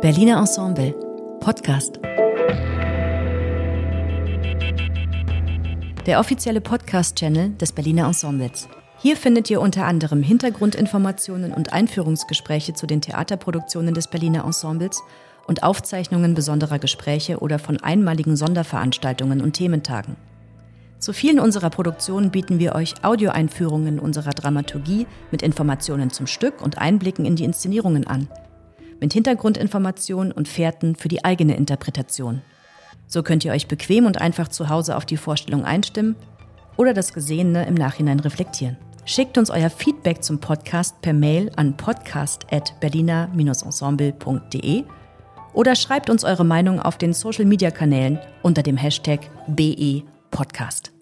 Berliner Ensemble Podcast. Der offizielle Podcast-Channel des Berliner Ensembles. Hier findet ihr unter anderem Hintergrundinformationen und Einführungsgespräche zu den Theaterproduktionen des Berliner Ensembles und Aufzeichnungen besonderer Gespräche oder von einmaligen Sonderveranstaltungen und Thementagen. Zu vielen unserer Produktionen bieten wir euch Audioeinführungen unserer Dramaturgie mit Informationen zum Stück und Einblicken in die Inszenierungen an, mit Hintergrundinformationen und Fährten für die eigene Interpretation. So könnt ihr euch bequem und einfach zu Hause auf die Vorstellung einstimmen oder das Gesehene im Nachhinein reflektieren. Schickt uns euer Feedback zum Podcast per Mail an podcast@berliner-ensemble.de oder schreibt uns eure Meinung auf den Social-Media-Kanälen unter dem Hashtag BE Podcast.